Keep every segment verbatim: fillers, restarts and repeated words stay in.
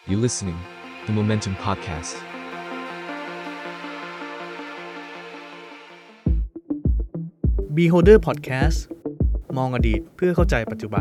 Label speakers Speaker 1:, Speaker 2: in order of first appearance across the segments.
Speaker 1: You're listening The Momentum Podcast
Speaker 2: Beholder Podcast มองอดีตเพื่อเข้าใจปัจจุบัน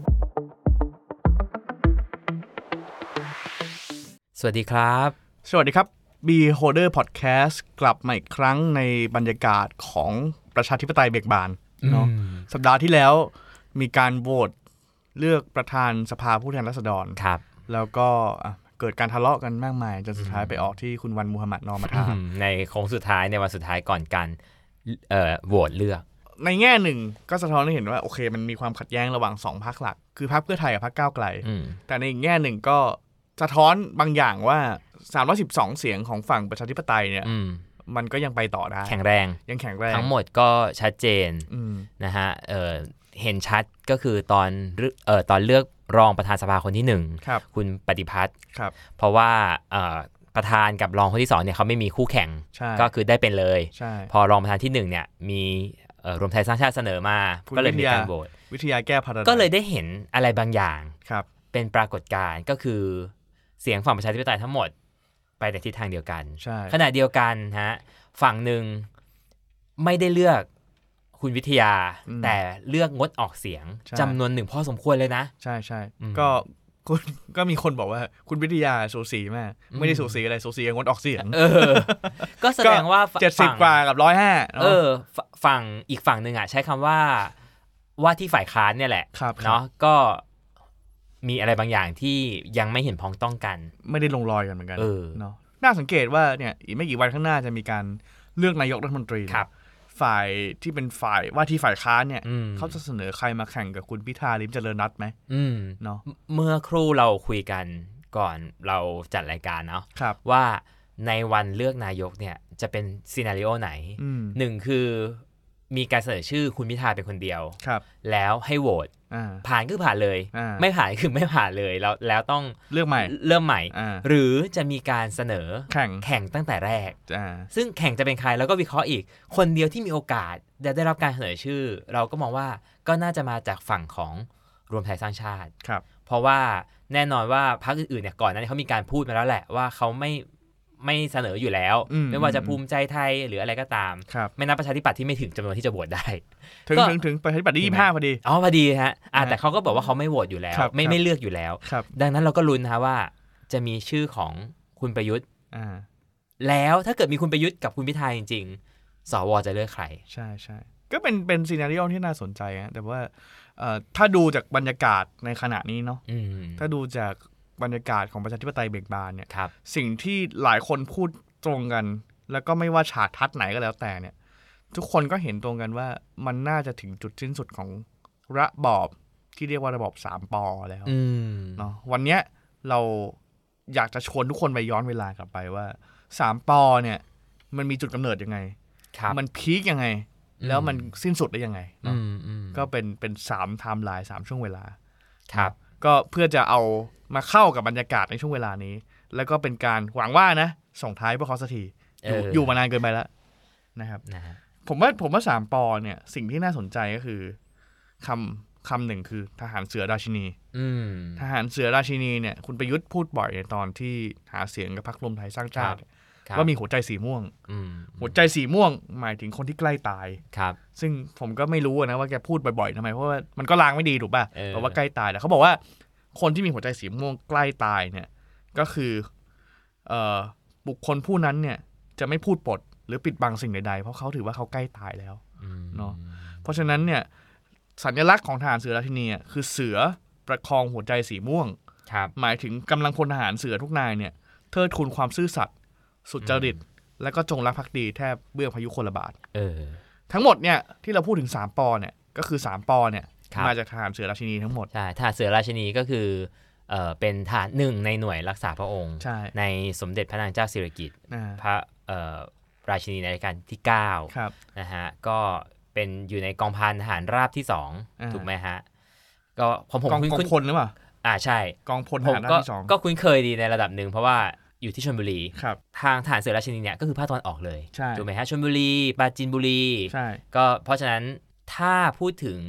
Speaker 3: สวัสดีครับ
Speaker 2: สวัสดีครับ Beholder Podcast กลับมาอีกครั้งในบรรยากาศของประชาธิปไตยเบิกบานเนาะสัปดาห์ที่แล้วมีการโหวตเลือกประธานสภาผู้แทนราษฎร
Speaker 3: ครับ
Speaker 2: แล้วก็เกิดการทะเลาะกันมากมายจนสุดท้ายไปออกที่คุณวันมูฮัมหมัดนอมาธา
Speaker 3: ในโค้งสุดท้ายในวันสุดท้ายก่อนการเอ่อโหวตเลือก
Speaker 2: ในแง่หนึ่งก็สะท้อนให้เห็นว่าโอเคมันมีความขัดแย้งระหว่างสองพรรคหลักคือพรรคเพื่อไทยกับพรรคก้าวไกลแต่ในอีกแง่หนึ่งก็สะท้อนบางอย่างว่าสามร้อยสิบสองเสียงของฝั่งประชาธิปไตยเนี่ยมันก็ยังไปต่อได้
Speaker 3: แข็งแรง
Speaker 2: ยังแข็งแรง
Speaker 3: ทั้งหมดก็ชัดเจนนะฮะเอ่อเห็นชัดก็คือตอนเอ่อตอนเลือกรองประธานสภาคนที่หนึ่ง
Speaker 2: ครับ
Speaker 3: คุณปฏิพัฒน์
Speaker 2: ครับ
Speaker 3: เพราะว่าเอ่อประธานกับรองคนที่สองเนี่ยเขาไม่มีคู่แข่งก็คือได้เป็นเลยพอรองประธานที่หนึ่งเนี่ยมีรวมไทยสร้างชาติเสนอมาก็เลยมีการโหวต
Speaker 2: วิทยาแก้พาราได
Speaker 3: ก็เลยได้เห็นอะไรบางอย่าง
Speaker 2: ครับ
Speaker 3: เป็นปรากฏการณ์ก็คือเสียงฝั่งประชาธิปไตยทั้งหมดไปในทิศทางเดียวกันขณะเดียวกันฮะฝั่งหนึ่งไม่ได้เลือกคุณวิทยาแต่เลือกงดออกเสียงจำนวนหนึ่งพอสมควรเลยนะ
Speaker 2: ใช่ใช่ก็ก็มีคนบอกว่าคุณวิทยาสูสีมากไม่ได้สูสีอะไรสูสีงดออกเสียง
Speaker 3: เออก็แสดงว่า
Speaker 2: เจ็ดสิบกว่ากับหนึ่งร้อยห้า
Speaker 3: เออฝั่งอีกฝั่งนึงอ่ะใช้คำว่าว่าที่ฝ่ายค้านเนี่ยแหละเนาะก็มีอะไรบางอย่างที่ยังไม่เห็นพ้องต้องกัน
Speaker 2: ไม่ได้ลงรอยกันเหมือนกันเนาะน่าสังเกตว่าเนี่ยอีกไม่กี่วันข้างหน้าจะมีการเลือกนายกรัฐมนตรีฝ่ายที่เป็นฝ่ายว่าที่ฝ่ายค้านเนี่ยเขาจะเสนอใครมาแข่งกับคุณพิธาลิ้มเจริญรัตน์ไหมเนาะ
Speaker 3: เมื่อครู่เราคุยกันก่อนเราจัดรายการเนาะว่าในวันเลือกนายกเนี่ยจะเป็นซีนาริโอไหนหนึ่งคือมีการเสนอชื่อคุณพิธาเป็นคนเดียวแล้วให้โหวตผ่านคือผ่านเลยไม่ผ่านคือไม่ผ่านเลยแล้วแล้วต้อง
Speaker 2: เลือกใหม่
Speaker 3: เริ่มใหม่หรือจะมีการเสนอ
Speaker 2: แข่ง
Speaker 3: แข่งตั้งแต่แรกซึ่งแข่งจะเป็นใครแล้วก็วิเคราะห์อีกคนเดียวที่มีโอกาสจะได้รับการเสนอชื่อเราก็มองว่าก็น่าจะมาจากฝั่งของรวมไทยสร้างชาติเพราะว่าแน่นอนว่าพรรคอื่นๆเนี่ยก่อนหน้านี้เขามีการพูดมาแล้วแหละว่าเขาไม่ไม่เสนออยู่แล้วไม่ว่าจะภูมิใจไทยหรืออะไรก็ตามไม่นับประชาธิปัตย์ที่ไม่ถึงจำนวนที่จะโหวตได้
Speaker 2: ถึงถึงถึงประชาธิปัตย์ที่ยี่สิบห้าพอดี
Speaker 3: อ๋อพอดีฮะอ่าแต่เขาก็บอกว่าเขาไม่โหวตอยู่แล้วไม่ไม่เลือกอยู่แล้วดังนั้นเราก็ลุ้นนะว่าจะมีชื่อของคุณประยุทธ์แล้วถ้าเกิดมีคุณประยุทธ์กับคุณพิธาจริงๆสวจะเลือกใคร
Speaker 2: ใช่ใช่ก็เป็นเป็นซีนาริโอที่น่าสนใจนะแต่ว่าถ้าดูจากบรรยากาศในขณะนี้เนาะถ้าดูจากบรรยากาศของประชาธิปไตยเบิกบานเนี่ยสิ่งที่หลายคนพูดตรงกันแล้วก็ไม่ว่าฉากทัศน์ไหนก็แล้วแต่เนี่ยทุกคนก็เห็นตรงกันว่ามันน่าจะถึงจุดสิ้นสุดของระบอบที่เรียกว่าระบอบสามป.แล้วเนาะวันนี้เราอยากจะชวนทุกคนไปย้อนเวลากลับไปว่าสามป.เนี่ยมันมีจุดกำเนิดยังไงมันพีคยังไงแล้วมันสิ้นสุดได้ยังไงเนาะก็เป็นเป็นสามไทม์ไลน์สามช่วงเวลา
Speaker 3: ครับ
Speaker 2: ก็เพื่อจะเอามาเข้ากับบรรยากาศในช่วงเวลานี้แล้วก็เป็นการหวังว่านะส่งท้ายพวกเขาสักทีอยู่อยู่มานานเกินไปแล้วนะครับผมว่าผมว่าสามปอเนี่ยสิ่งที่น่าสนใจก็คือคำคำหนึ่งคือทหารเสือราชินีทหารเสือราชินีเนี่ยคุณประยุทธ์พูดบ่อยในตอนที่หาเสียงกับพรรครวมไทยสร้างชาติว่ามีหัวใจสีม่วงหัวใจสีม่วงหมายถึงคนที่ใกล้ตายซึ่งผมก็ไม่รู้นะว่าแกพูดบ่อยๆทำไมเพราะว่ามันก็ลางไม่ดีถูกป่ะเพราะว่าใกล้ตายแต่เขาบอกว่าคนที่มีหัวใจสีม่วงใกล้ตายเนี่ยก็คือเอ่อบุคคลผู้นั้นเนี่ยจะไม่พูดปดหรือปิดบังสิ่งใดๆเพราะเขาถือว่าเขาใกล้ตายแล้วเนาะเพราะฉะนั้นเนี่ยสัญลักษณ์ของทหารเสือราชินีคือเสือประคองหัวใจสีม่วงหมายถึงกำลังพลทหารเสือทุกนายเนี่ยเทิดทูนความซื่อสัตย์สุจริตและก็จงรักภักดีแทบเบื้องพายุคนละบาททั้งหมดเนี่ยที่เราพูดถึงสามป.เนี่ยก็คือสามป.เนี่ยมาจากทหารเสือราชินีทั้งหมด
Speaker 3: ใช่ทหารเสือราชินีก็คือเอ่อเป็นทหารหนึ่งในหน่วยรักษาพระองค์ใ, ในสมเด็จพระนางเจ้าสิริกิติ์พระเอ่อราชินีในรัชกาลที่เก้านะฮะก็เป็นอยู่ในกองพันทหารราบที่สองถูกไหมฮะก็ผมผม
Speaker 2: กองพลหรือเปล่า
Speaker 3: อ่าใช่
Speaker 2: กองพลทหารราบที่สอง
Speaker 3: ก็คุ้นเคยดีในระดับหนึ่งเพราะว่าอยู่ที่ชลบุรีทางทหารเสือราชินีเนี่ยก็คือภาคตะวันออกเลยถูกไหมฮะชลบุรีปราจีนบุรีก็เพราะฉะนั้นถ้าพูดถึง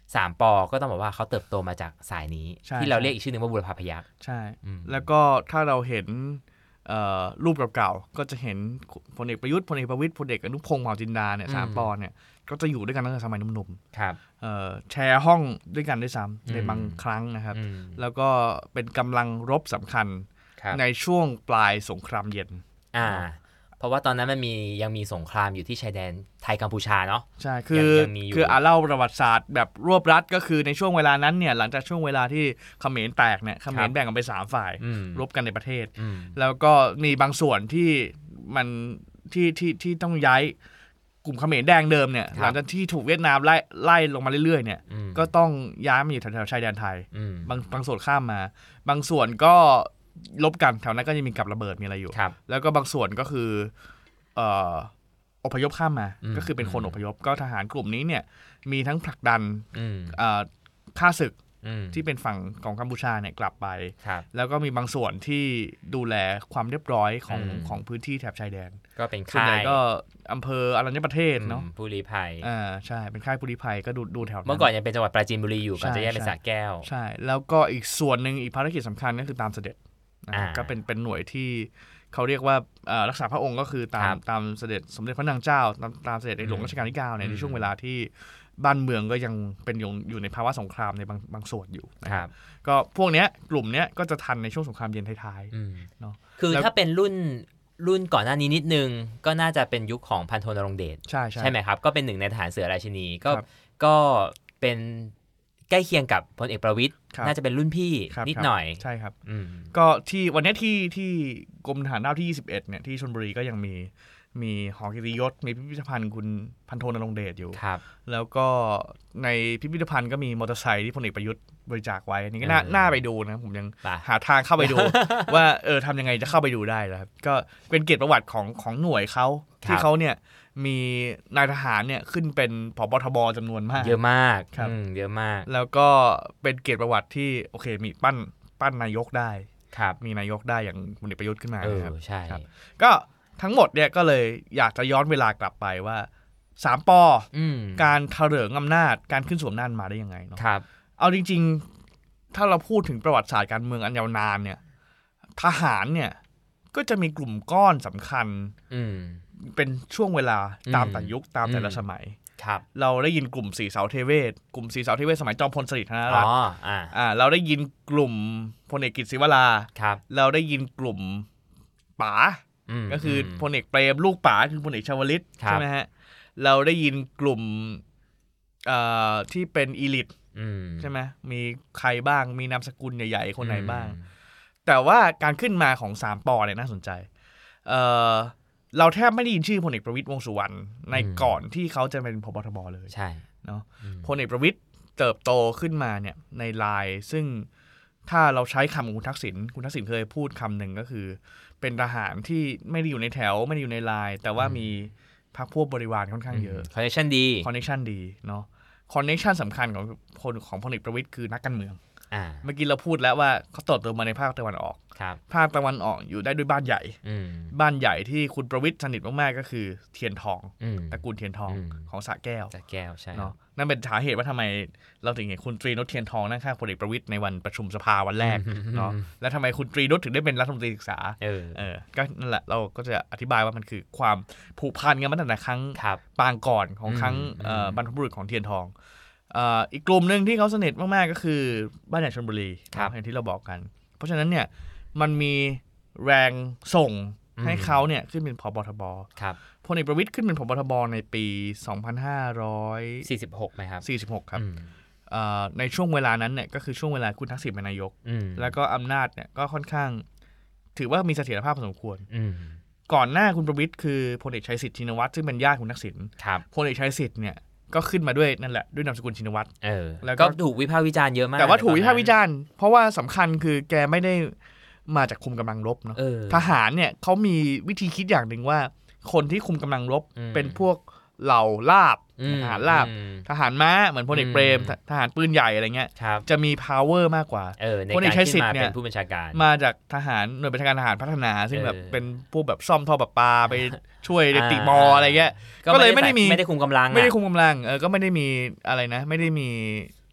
Speaker 3: สามปอก็ต้องบอกว่าเขาเติบโตมาจากสายนี้ที่เราเรียกอีกชื่อนึงว่าบุรพาพยัคฆ์
Speaker 2: ใช่แล้วก็ถ้าเราเห็นรูปเก่าๆก็จะเห็นพลเอกประยุทธ์พลเอกประวิตรพลเอกอนุพงษ์เผ่าจินดาเนี่ยสามปอเนี่ยก็จะอยู่ด้วยกันตั้งแต่สมัยหนุ่มๆแชร์ห้องด้วยกันด้วยซ้ำในบางครั้งนะครับแล้วก็เป็นกำลังรบสำคัญในช่วงปลายสงครามเย็น
Speaker 3: อ่าเพราะว่าตอนนั้นมันมียังมีสงครามอยู่ที่ชายแดนไทยกัมพูชาเนาะ
Speaker 2: ใช่คือคืออ่าเล่าประวัติศาสตร์แบบรวบรัดก็คือในช่วงเวลานั้นเนี่ยหลังจากช่วงเวลาที่เขมรแตกเนี่ยเขมรแบ่งออกเป็นสามฝ่ายรบกันในประเทศแล้วก็มีบางส่วนที่มันที่ที่ที่ต้องย้ายกลุ่มเขมรแดงเดิมเนี่ยหลังจากที่ถูกเวียดนามไล่ไล่ลงมาเรื่อยๆเนี่ยก็ต้องย้ายมาอยู่แถวๆชายแดนไทยบางบางส่วนข้ามมาบางส่วนก็ลบกันแถวนั้นก็ยังมีกับระเบิดมีอะไรอยู่แล้วก็บางส่วนก็คือเอ่ออพยพข้ามมาก็คือเป็นคนอพยพก็ทหารกลุ่มนี้เนี่ยมีทั้งผลักดันฆ่าศึกที่เป็นฝั่งของกัมพูชาเนี่ยกลับไปแล้วก็มีบางส่วนที่ดูแลความเรียบร้อยของของพื้นที่แถบชายแดน
Speaker 3: ก็เป็น
Speaker 2: ค่ายก็อำเภออรัญญประเทศเนาะ
Speaker 3: ภูริภัย
Speaker 2: อ่าใช่เป็นค่ายภูริภัยก็ดูดูแถวนั้น
Speaker 3: เมื่อก่อนยังเป็นจังหวัดปราจีนบุรีอยู่ก่อนจะแยกเป็นสระแก้ว
Speaker 2: ใช่แล้วก็อีกส่วนนึงอีกภารกิจสำคัญก็คือตามเสด็จก็เป็นเป็นหน่วยที่เขาเรียกว่ารักษาพระองค์ก็คือตามตามเสด็จสมเด็จพระนางเจ้าตามตามเสด็จในหลวงรัชกาลที่เก้าเนี่ยในช่วงเวลาที่บ้านเมืองก็ยังเป็นอยู่ในภาวะสงครามในบางบางส่วนอยู่นะครับก็พวกเนี้ยกลุ่มเนี้ยก็จะทันในช่วงสงครามเย็นท้ายๆเนาะ
Speaker 3: คือถ้าเป็นรุ่นรุ่นก่อนหน้านี้นิดนึงก็น่าจะเป็นยุคของพันโทนรงค์เดช
Speaker 2: ใช่
Speaker 3: ใช่ไหมครับก็เป็นหนึ่งในทหารเสือราชินีก็ก็เป็นใกล้เคียงกับพลเอกประวิตรน่าจะเป็นรุ่นพี่นิดหน่อย
Speaker 2: ใช่ครับก็ที่วันนี้ที่ที่กรมทหารราบที่ยี่สิบเอ็ดเนี่ยที่ชลบุรีก็ยังมีมีหอกิตยศมีพิพิธภัณฑ์คุณพันโทนรงค์เดชอยู่แล้วก็ในพิพิธภัณฑ์ก็มีมอเตอร์ไซค์ที่พลเอกประยุทธ์บริจาคไว้นี่ก็น่าน่าไปดูนะผมยังหาทางเข้าไปดู ว่าเออทำยังไงจะเข้าไปดูได้นะครับก็เป็นเกียรติประวัติของของหน่วยเขาที่เขาเนี่ยมีนายทหารเนี่ยขึ้นเป็นผบทบจำนวนมาก
Speaker 3: เยอะมากครับเยอะมาก
Speaker 2: แล้วก็เป็นเกียรติประวัติที่โอเคมีปั้นปั้นนายกได้
Speaker 3: ครับ
Speaker 2: มีนายกได้อย่างพลเอกประยุทธ์ขึ้นมา
Speaker 3: ครับใช่
Speaker 2: ก็ทั้งหมดเนี่ยก็เลยอยากจะย้อนเวลากลับไปว่าสามปอการเถลิงอำนาจการขึ้นสู่อำนาจมาได้ยังไงเนาะเอาจริงๆถ้าเราพูดถึงประวัติศาสตร์การเมืองอันยาวนานเนี่ยทหารเนี่ยก็จะมีกลุ่มก้อนสำคัญเป็นช่วงเวลาตามแต่ยุคตามแต่ละสมัยเราได้ยินกลุ่มสีเสาเทเวศกลุ่มสีเสาเทเวศสมัยจอมพลสฤษดิ์ธนรัตน์อ่าเราได้ยินกลุ่มพลเอกกิตติศิวราเราได้ยินกลุ่มป๋าก็คือพลเอกเปรมลูกป๋าคือพลเอกชวลิตใช่ไหมฮะเราได้ยินกลุ่มที่เป็นอีลิทใช่ไหมมีใครบ้างมีนามสกุลใหญ่ๆคนไหนบ้างแต่ว่าการขึ้นมาของสามปอเนี่ยน่าสนใจเเราแทบไม่ได้ยินชื่อพลเอกประวิตรวงษ์สุวรรณในก่อนที่เขาจะเป็นผบ.ทบ.เลย
Speaker 3: ใช่
Speaker 2: เนาะพลเอกประวิตรเติบโตขึ้นมาเนี่ยในลายซึ่งถ้าเราใช้คำของคุณทักษิณคุณทักษิณเคยพูดคำหนึ่งก็คือเป็นทหารที่ไม่ได้อยู่ในแถวไม่ได้อยู่ในลายแต่ว่ามีพรรคพวกบริวารค่อนข้างเยอะ
Speaker 3: คอนเนคชั่นดี
Speaker 2: คอนเนคชั่นดีเนาะคอนเนคชั่นสำคัญของคนของพลเอกประวิตรคือนักการเมืองเมื่อกี้เราพูดแล้วว่าเขาเติบโตมาในภาคตะวันออกภาคตะวันออกอยู่ได้ด้วยบ้านใหญ่บ้านใหญ่ที่คุณประวิตรสนิทมากๆก็คือเทียนทองตระกูลเทียนทองของสระแก้ว
Speaker 3: สระแก้วใช่
Speaker 2: เนาะนั่นเป็นสาเหตุว่าทำไมเราถึงเห็นคุณตรีนุชเทียนทองนั่งข้างพลเอกประวิตรในวันประชุมสภาวันแรกเนาะแล้วทำไมคุณตรีนุชถึงได้เป็นรัฐมนตรีศึกษาเออเออก็นั่นแหละเราก็จะอธิบายว่ามันคือความผูกพันกันมาตั้งแต่ครั้งปางก่อนของครั้งบรรพบุรุษของเทียนทองอีกกลุ่มหนึ่งที่เขาสนิทมากๆก็คือบ้านใหญ่ชลบุรีอย่างที่เราบอกกันเพราะฉะนั้นเนี่ยมันมีแรงส่งให้เขาเนี่ยขึ้นเป็นผบ.ทบ.พลเอกประวิตรขึ้นเป็นผบ.ทบ.ในปีสองพันห้าร้อย
Speaker 3: สี่สิบหกมั้ยครับ
Speaker 2: สี่สิบหกครับในช่วงเวลานั้นเนี่ยก็คือช่วงเวลาคุณทักษิณเป็นนายกแล้วก็อำนาจเนี่ยก็ค่อนข้างถือว่ามีเสถียรภาพพอสมควรก่อนหน้าคุณประวิตรคือพลเอกชัยศิษฐ์ชินวัตรซึ่งเป็นญาติคุณทักษิณพลเอกชัยศิษฐ์เนี่ยก็ขึ้นมาด้วยนั่นแหละด้วยนามสกุลชินวัตร
Speaker 3: เออแล้วก็ถูกวิพากษ์วิจารณ์เยอะมาก
Speaker 2: แต่ว่าถูกวิพากษ์วิจารณ์เพราะว่าสำคัญคือแกไม่ได้มาจากคุมกำลังรบเนาะทหารเนี่ยเขามีวิธีคิดอย่างหนึ่งว่าคนที่คุมกำลังรบเป็นพวกเหล่าลาบทหารลาบทหารม้าเหมือนพลเอกเปรมทหารปืนใหญ่อะไรเงี้ยจะมี power มากกว่า
Speaker 3: พลเอกชัยศิษฐ์เนี่ยเป็นผู้บัญชาการ
Speaker 2: มาจากทหารหน่วยบัญชาการทหารพัฒนาซึ่งแบบเป็นพวกแบบซ่อมท่อประปาไปช่วยเด็กติมออะไรเงี้ยก็เลยไม่ได้มี
Speaker 3: ไม่ได้คุมกำลัง
Speaker 2: ไม่ได้คุมกำลังเออก็ไม่ได้มีอะไรนะไม่ได้มี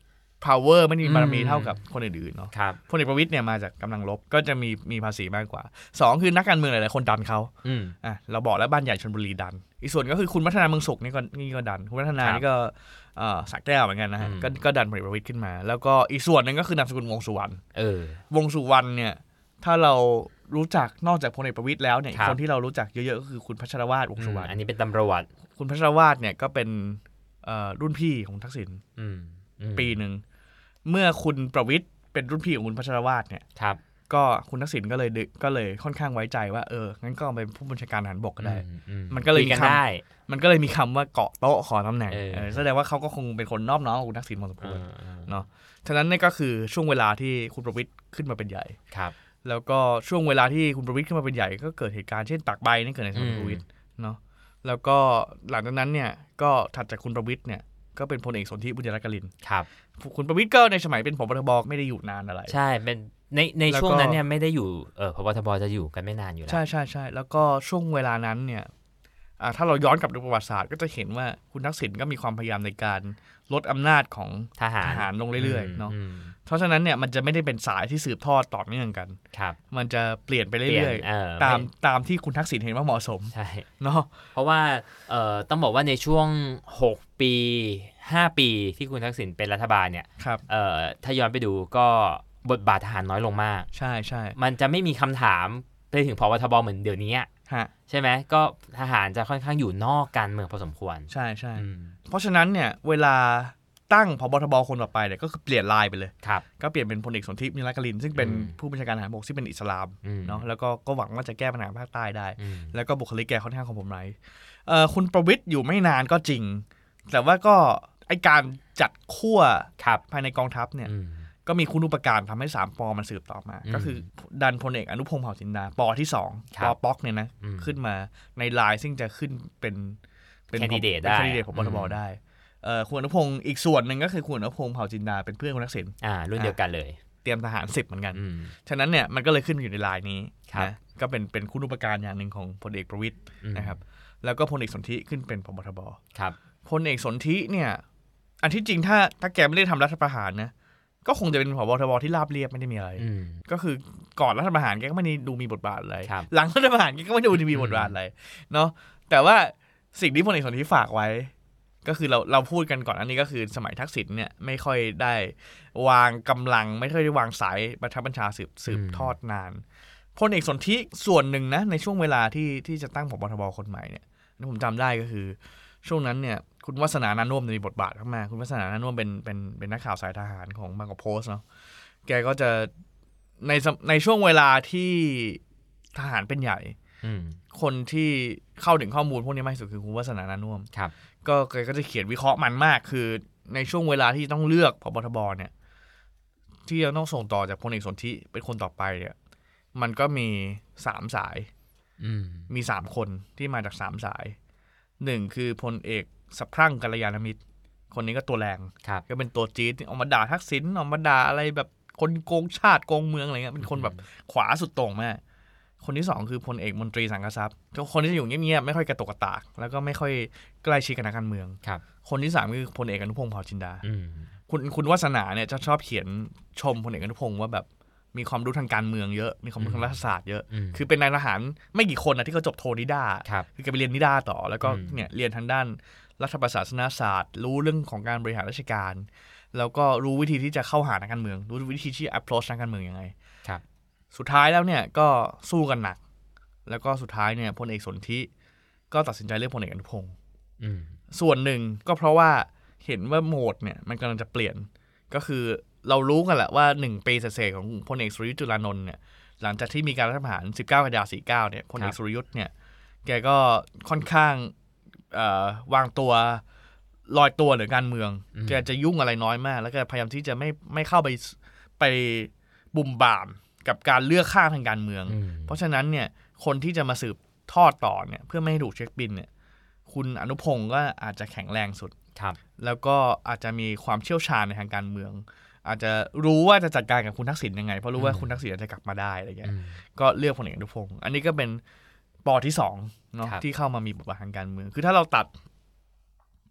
Speaker 2: power ไม่มีบารมีเท่ากับคนอื่นๆเนาะพลเอกประวิตรเนี่ยมาจากกำลังรบก็จะมีมีภาษีมากกว่าสองคือนักการเมืองหลายๆคนดันเขาอ่ะเราบอกแล้วบ้านใหญ่ชลบุรีดันอีกส่วนก็คือคุณวัฒนาเมืองสุขนี่ก็นี่ก็ดันคุณวัฒนานี่ก็สระแก้วเหมือนกันนะฮะก็ก็ดันพลเอกประวิตรขึ้นมาแล้วก็อีกส่วนนึงก็คือนามสกุลวงสุวรรณวงสุวรรณเนี่ยถ้าเรารู้จักนอกจากพลเอกประวิตรแล้วเนี่ยคนที่เรารู้จักเยอะๆก็คือคุณพัชรวาทวงสุวรรณ
Speaker 3: อันนี้เป็นตำรวจ
Speaker 2: คุณพัชรวาทเนี่ยก็เป็นรุ่นพี่ของทักษิณปีนึงเมื่อคุณประวิตรเป็นรุ่นพี่ของคุณพัชรวาทเนี่ยก็คุณทักษิณก็เลยก็เลยค่อนข้างไว้ใจว่าเอองั้นก็เป็นผู้บัญชาการทหารบกก็ได้มันก็เลยมีคำมันก็เลยมีคำว่าเกาะโต๊ะขอตำแหน่งแสดงว่าเขาก็คงเป็นคนนอบน้อมกับคุณทักษิณพอสมควรเนาะฉะนั้นนี่ก็คือช่วงเวลาที่คุณประวิตรขึ้นมาเป็นใหญ่แล้วก็ช่วงเวลาที่คุณประวิตรขึ้นมาเป็นใหญ่ก็เกิดเหตุการณ์เช่นตากใบนี่เกิดในสมัยคุณประวิตรเนาะแล้วก็หลังจากนั้นเนี่ยก็ถัดจากคุณประวิตรเนี่ยก็เป็นพลเอกสนธิบุญยรัตน์กลิน
Speaker 3: ครับ
Speaker 2: คุณประวิตรก็ในสมัยเป็นผบ.ทบ.ไม่ได้อยู่นานอะไร
Speaker 3: ใช่เป็นในในช่วงนั้นเนี่ยไม่ได้อยู่เออผบ.ทบ.จะอยู่กันไม่นานอยู่แล้ว
Speaker 2: ใช่ใช่ใช่แล้วก็ช่วงเวลานั้นเนี่ยถ้าเราย้อนกลับดูประวัติศาสตร์ก็จะเห็นว่าคุณทักษิณก็มีความพยายามในการลดอำนาจของ
Speaker 3: ทหาร
Speaker 2: ทหารลงเรื่อยๆเนาะเพราะฉะนั้นเนี่ยมันจะไม่ได้เป็นสายที่สืบทอดต่อเนื่องกันมันจะเปลี่ยนไปเรื่อยๆตามตามที่คุณทักษิณเห็นว่าเหมาะสม
Speaker 3: ใช่
Speaker 2: เนาะ
Speaker 3: เพราะว่าเอ่อต้องบอกว่าในช่วงหกปีห้าปีที่คุณทักษิณเป็นรัฐบาลเนี่ยเอ่อถ้าย้อนไปดูก็บทบาททหารน้อยลงมาก
Speaker 2: ใช่ใช่
Speaker 3: มันจะไม่มีคำถามไปถึงผบ.ทบ.เหมือนเดี๋ยวนี้ใช่ไหมก็ทหารจะค่อนข้างอยู่นอกการเมืองพอสมควร
Speaker 2: ใช่ใช่เพราะฉะนั้นเนี่ยเวลาตั้งผบ.ทบ.คนต่อไปเนี่ยก็คือเปลี่ยนลายไปเลยก็เปลี่ยนเป็นพลเอกสนธิบุญยรัตน์กลินซึ่งเป็นผู้บัญชาการทหารบกที่เป็นอิสลามเนาะแล้วก็ก็หวังว่าจะแก้ปัญหาภาคใต้ได้แล้วก็บุคลิกแกค่อนข้างของผมไรเอ่อคุณประวิตรอยู่ไม่นานก็จริงแต่ว่าก็ไอการจัดขั้วภายในกองทัพเนี่ยก็มีคุณอุปการทำให้สามปอมันสืบต่อมาก็คือดันพลเอกอนุพงษ์เผ่าจินดาปอที่สองปอป๊อกเนี่ยนะขึ้นมาในไลน์ซึ่งจะขึ้นเป็น
Speaker 3: เป็นแคนดิเดตได้
Speaker 2: แคนดิเดตผบ.ทบ.ได้เอ่อคุณอนุพงษ์อีกส่วนหนึ่งก็คือคุณอนุพงษ์เผ่าจินดาเป็นเพื่อนคุณทักษิณ
Speaker 3: อ่ารุ่นเดียวกันเลย
Speaker 2: เตรียมทหารสิบเหมือนกันฉะนั้นเนี่ยมันก็เลยขึ้นอยู่ในไลน์นี้นะก็เป็นเป็นคุณอุปการอย่างหนึ่งของพลเอกประวิตรนะครับแล้วก็พลเอกสนธิขึ้นเป็นผบ.ทบ.พลเอกสนธิเนี่ยอันที่จริงถ้าถ้าแกไม่ได้ทำรัฐประหารนะก็คงจะเป็นผบ.ทบ.ที่ราบเรียบไม่ได้มีอะไรก็คือก่อนรัฐประหารแกก็ไม่ได้ดูมีบทบาทอะไรหลังรัฐประหารแกก็ไม่ได้ดูมีบทบาทอะไรเนาะแต่ว่าสิ่งที่พลเอกสนธิฝากไว้ก็คือเราเราพูดกันก่อนอันนี้ก็คือสมัยทักษิณเนี่ยไม่ค่อยได้วางกำลังไม่ค่อยได้วางสายบังคับบัญชาสืบสืบทอดนานพลเอกสนธิส่วนหนึ่งนะในช่วงเวลาที่ที่จะตั้งผบ.ทบ.คนใหม่เนี่ยที่ผมจำได้ก็คือช่วงนั้นเนี่ยคุณวัฒนานานุ่มมีบทบาทมากคุณวัฒนานานุ่มเป็นเป็นเป็นนักข่าวสายทหารของบางกอกโพสต์เนาะแกก็จะในในช่วงเวลาที่ทหารเป็นใหญ่คนที่เข้าถึงข้อมูลพวกนี้มากที่สุดคือคุณวัฒนานานุ่มก็แกก็จะเขียนวิเคราะห์มันมากคือในช่วงเวลาที่ต้องเลือกผบ.ทบ.เนี่ยที่จะต้องส่งต่อจากพลเอกสนธิเป็นคนต่อไปเนี่ยมันก็มีสามสายมีสามคนที่มาจากสามสายหนึ่งคือพลเอกสะพรั่งกัลยาณมิตรคนนี้ก็ตัวแรงก็เป็นตัวจี๊ดออกมาด่าทักษิณออกมาด่าอะไรแบบคนโกงชาติโกงเมืองอะไรเงี้ยเป็นคนแบบขวาสุดโต่งมากคนที่สองคือพลเอกมนตรีสังกทรัพย์คนที่จะอยู่เงียบๆไม่ค่อยกระตุกกระตากแล้วก็ไม่ค่อยใกล้ชิดกับนักการเมืองคนที่สามคือพลเอกอนุพงษ์เผ่าจินดาคุณคุณวาสนาเนี่ยจะชอบเขียนชมพลเอกอนุพงษ์ว่าแบบมีความรู้ทางการเมืองเยอะมีความรู้ทางรัฐศาสตร์เยอะคือเป็นนายทหารไม่กี่คนนะที่เขาจบโทนิด้าคือแกไปเรียนนิด้าต่อแล้วก็เนี่ยเรียนทางด้านรัฐประศาสนศาสตร์รู้เรื่องของการบริหารราชการแล้วก็รู้วิธีที่จะเข้าหานักการเมืองรู้วิธีที่ approach นักการเมืองยังไงสุดท้ายแล้วเนี่ยก็สู้กันหนักแล้วก็สุดท้ายเนี่ยพลเอกสนธิก็ตัดสินใจเลือกพลเอกอนุพงศ์ส่วนหนึ่งก็เพราะว่าเห็นว่าโหมดเนี่ยมันกำลังจะเปลี่ยนก็คือเรารู้กันแหละว่าหนึ่งปีเศษของพลเอกสุรยุทธ์จุลานนท์เนี่ยหลังจากที่มีการรัฐประหารสิบเก้ากันยายนสี่สิบเก้าเนี่ยพลเอกสุรยุทธ์เนี่ยแกก็ค่อนข้างวางตัวลอยตัวเหนือการเมืองแกจะยุ่งอะไรน้อยมากแล้วก็พยายามที่จะไม่ไม่เข้าไปไปบุ่มบ่ามกับการเลือกข้างทางการเมืองเพราะฉะนั้นเนี่ยคนที่จะมาสืบทอดต่อเนี่ยเพื่อไม่ให้ถูกเช็คบินเนี่ยคุณอนุพงศ์ก็อาจจะแข็งแรงสุดแล้วก็อาจจะมีความเชี่ยวชาญในทางการเมืองอาจจะรู้ว่าจะจัดการกับคุณทักษิณยังไงเพราะรู้ว่าคุณทักษิณจะกลับมาได้อะไรเงี้ยก็เลือกพลเอกอนุพงศ์อันนี้ก็เป็นปอที่สองเนาะที่เข้ามามีบทบาททางการเมืองคือถ้าเราตัด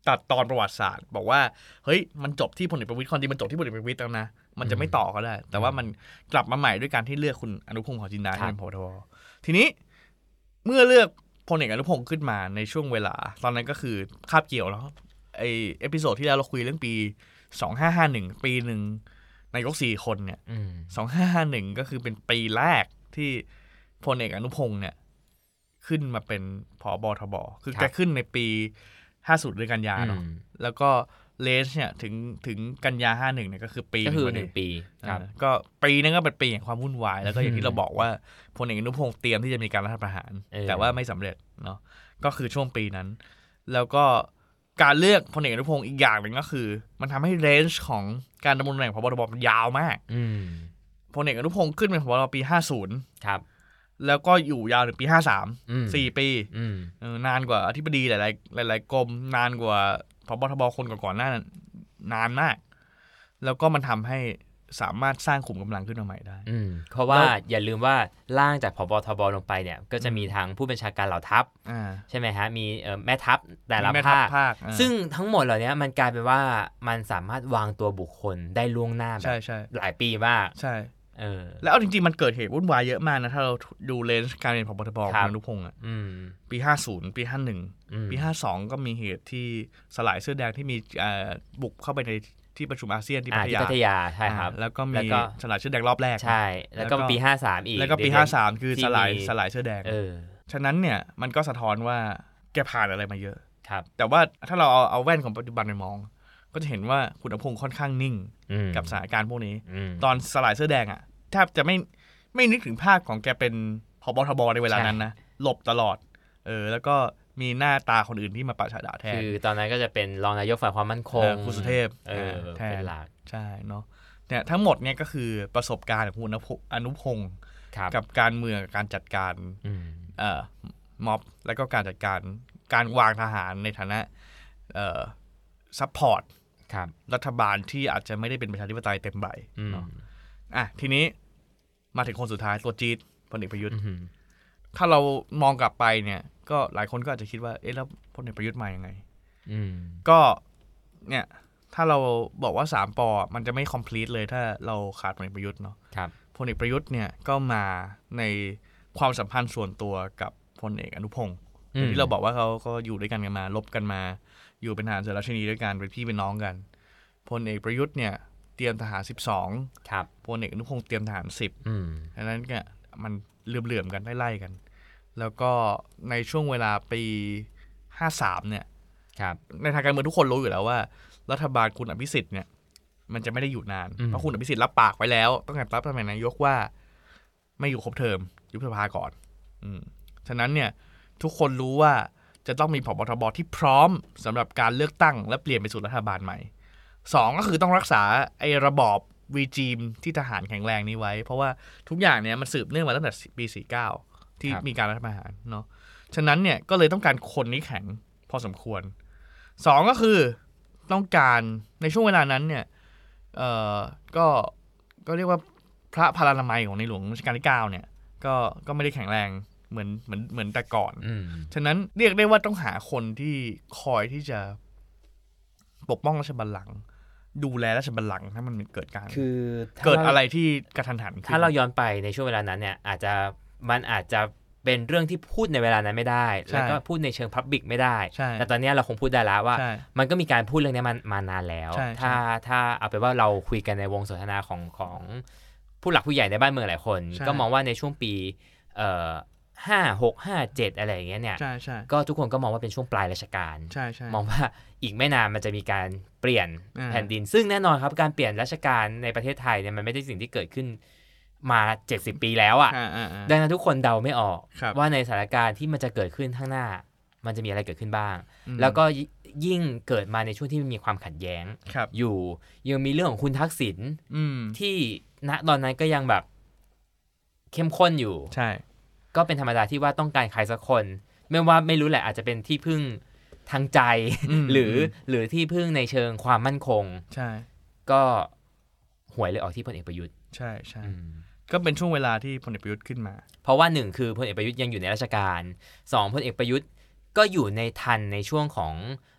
Speaker 2: ตัดตอนประวัติศาสตร์บอกว่าเฮ้ยมันจบที่พลเอกประวิตรความจริงมันจบที่พลเอกประวิตรแล้วนะมันจะไม่ต่อก็ได้แต่ว่ามันกลับมาใหม่ด้วยการที่เลือกคุณอนุพงษ์เผ่าจินดาเป็นผบ.ทบ.ทีนี้เมื่อเลือกพลเอกอนุพงษ์ขึ้นมาในช่วงเวลาตอนนั้นก็คือคาบเกี่ยวแล้วไอเอพิโซดที่แล้วเราคุยเรื่องปีสองพันห้าร้อยห้าสิบเอ็ดปีนึงนายกสี่คนเนี่ยสองพันห้าร้อยห้าสิบเอ็ดก็คือเป็นปีแรกที่พลเอกอนุพงษ์เนี่ยขึ้นมาเป็นผบ.ทบ.คือแกขึ้นในปีห้าสิบเดือนกันยาเนาะแล้วก็เลนส์เนี่ยถึงถึงกันยาห้าสิบเอ็ดเนี่ยก็คือปี
Speaker 3: ก็คือหนึ่งปีครับ
Speaker 2: ก็ปีนั้นก็เป็นปีแห่งความวุ่นวายแล้วก็อย่างที่เราบอกว่าพลเอกอนุพงษ์เตรียมที่จะมีการรัฐประหารแต่ว่าไม่สำเร็จเนาะก็คือช่วงปีนั้นแล้วก็การเลือกพลเอกอนุพงษ์อีกอย่างหนึ่งก็คือมันทำให้เรนจ์ของการดำรงตำแหน่งผบ.ทบ.มันยาวมากพลเอกอนุพงษ์ขึ้นเป็นผบ.ทบ.ปีห้าสิบครับแล้วก็อยู่ยาวถึงปีห้าสิบสาม สี่ปีนานกว่าอธิบดีหลายๆหลายๆกรมนานกว่าผบ.ทบ.คนก่อนๆหน้านั้นนานมากแล้วก็มันทำให้สามารถสร้างขุมกำลังขึ้นมาใหม่ได้
Speaker 3: เพราะว่าอย่าลืมว่าล่างจากผบ.ทบ.ลงไปเนี่ยก็จะมีทางผู้บัญชาการเหล่าทัพใช่ไหมฮะมีแม่ทัพแต่ละภาคซึ่งทั้งหมดเหล่านี้มันกลายเป็นว่ามันสามารถวางตัวบุคคลได้ล่วงหน้าแบบหลายปีมาก
Speaker 2: ใช่เออแล้วเอาจริงๆมันเกิดเหตุวุ่นวายเยอะมากนะถ้าเราดูเลนส์การเป็นผบ.ทบ.ของอนุพงษ์อ่ะปีห้าสิบปีห้าสิบเอ็ดปีห้าสิบสองก็มีเหตุที่สลายเสื้อแดงที่มีบุกเข้าไปในที่ประชุมอาเซียนที่พัทยา
Speaker 3: พัทยาใช่ครับ
Speaker 2: แล้วก็มีสลายเสื้อแดงรอบแรก
Speaker 3: ใช่แล้วก็ปีห้าสิบสามอีก
Speaker 2: แล้วก็ปีห้าสิบสามคือสลายสลายเสื้อแดงเออฉะนั้นเนี่ยมันก็สะท้อนว่าแกผ่านอะไรมาเยอะครับแต่ว่าถ้าเราเอาเอาแว่นของปัจจุบันไปมองก็จะเห็นว่าคุณอนุพงษ์ค่อนข้างนิ่งกับสถานการณ์พวกนี้ตอนสลายเสื้อแดงอ่ะแทบจะไม่ไม่นึกถึงภาพของแกเป็นผบ.ทบ.ในเวลานั้นนะหลบตลอดเออแล้วก็มีหน้าตาคนอื่นที่มาปะฉะดาแทน
Speaker 3: คือตอนนั้นก็จะเป็นรองนายกฝ่ายความมั่นคง
Speaker 2: คุณสุเทพ
Speaker 3: เออแทนหลัก
Speaker 2: ใช่เนาะเนี่ยทั้งหมดเนี่ยก็คือประสบการณ์ของคุณอนุพงษ์กับการเมืองการจัดการเอ่อม็อบแล้วก็การจัดการการวางทหารในฐานะเอ่อซัพพอร์ตรัฐบาลที่อาจจะไม่ได้เป็นประชาธิปไตยเต็มใบเนาะอ่ะทีนี้มาถึงคนสุดท้ายตัวจี๊ดพลเอกประยุทธ์ถ้าเรามองกลับไปเนี่ยก็หลายคนก็อาจจะคิดว่าเอ๊ะแล้วพลเอกประยุทธ์มายังไงก็เนี่ยถ้าเราบอกว่าสามปอมันจะไม่ complete เลยถ้าเราขาดพลเอกประยุทธ์เนาะพลเอกประยุทธ์เนี่ยก็มาในความสัมพันธ์ส่วนตัวกับพลเอกอนุพงศ์อย่างที่เราบอกว่าเขาก็อยู่ด้วยกันกันมาลบกันมาอยู่เป็นทหารเสือราชินีด้วยกันเป็นพี่เป็นน้องกันพลเอกประยุทธ์เนี่ยเตรียมทหารสิบสองครับพลเอกอนุพงศ์เตรียมทหารสิบอืมฉะนั้นเนี่ยมันเหลื่อมๆกันไล่ๆกันแล้วก็ในช่วงเวลาปีห้าสิบสามเนี่ยครับในทางการเมืองทุกคนรู้อยู่แล้วว่ารัฐบาลคุณอภิสิทธิ์เนี่ยมันจะไม่ได้อยู่นานเพราะคุณอภิสิทธิ์รับปากไว้แล้วตั้งแต่รับตำแหน่งนายกว่าไม่อยู่ครบเทอมยุบสภาก่อนอืมฉะนั้นเนี่ยทุกคนรู้ว่าจะต้องมีผบ.ทบ.ที่พร้อมสำหรับการเลือกตั้งและเปลี่ยนไปสู่รัฐบาลใหม่สองก็คือต้องรักษาไอ้ระบอบรีจีมที่ทหารแข็งแรงนี้ไว้เพราะว่าทุกอย่างเนี่ยมันสืบเนื่องมาตั้งแต่ปีสี่สิบเก้าที่มีการรัฐประหารเนาะฉะนั้นเนี่ยก็เลยต้องการคนนี้แข็งพอสมควรสองก็คือต้องการในช่วงเวลานั้นเนี่ยเอ่อก็ก็เรียกว่าพระพลานามัยของในหลวงรัชกาลที่เก้าเนี่ยก็ก็ไม่ได้แข็งแรงเหมือนเหมือนเหมือนแต่ก่อนฉะนั้นเรียกได้ว่าต้องหาคนที่คอยที่จะปกป้องราชบัลลังก์ดูแลราชบัลลังก์ถ้ามันเกิดการคือเกิดอะไรที่กระทันหัน
Speaker 3: ถ้าเราย้อนไปในช่วงเวลานั้นเนี่ยอาจจะมันอาจจะเป็นเรื่องที่พูดในเวลานั้นไม่ได้แล้วก็พูดในเชิงพับบิกไม่ได้แต่ตอนนี้เราคงพูดได้แล้วว่ามันก็มีการพูดเรื่องนี้มันมานานแล้วถ้าถ้าเอาไปว่าเราคุยกันในวงสนทนาของของผู้หลักผู้ใหญ่ในบ้านเมืองหลายคนก็มองว่าในช่วงปีเอ่อห้าหกห้าเจ็ดอะไรอย่างเงี้ยเนี่ยก็ทุกคนก็มองว่าเป็นช่วงปลายรัชกาลมองว่าอีกไม่นานมันจะมีการเปลี่ยนแผ่นดินซึ่งแน่นอนครับการเปลี่ยนรัชกาลในประเทศไทยเนี่ยมันไม่ได้สิ่งที่เกิดขึ้นมาเจ็ดสิบปีแล้วอ่ะดังนั้นทุกคนเดาไม่ออกว่าในสถานการณ์ที่มันจะเกิดขึ้นข้างหน้ามันจะมีอะไรเกิดขึ้นบ้างแล้วก็ยิ่งเกิดมาในช่วงที่มีความขัดแย้งอยู่ยังมีเรื่องของคุณทักษิณที่ณตอนนั้นก็ยังแบบเข้มข้นอยู่ใช่ก็เป็นธรรมดาที่ว่าต้องการใครสักคนไม่ว่าไม่รู้แหละอาจจะเป็นที่พึ่งทางใจหรือหรือที่พึ่งในเชิงความมั่นคงใช่ก็หวยเลยออกที่พลเอกประยุทธ์
Speaker 2: ใช่ใช่ก็เป็นช่วงเวลาที่พลเอกประยุทธ์ขึ้นมา
Speaker 3: เพราะว่าหนึ่งคือพลเอกประยุทธ์ยังอยู่ในราชการสองพลเอกประยุทธ์ก็อยู่ในทันในช่วงของ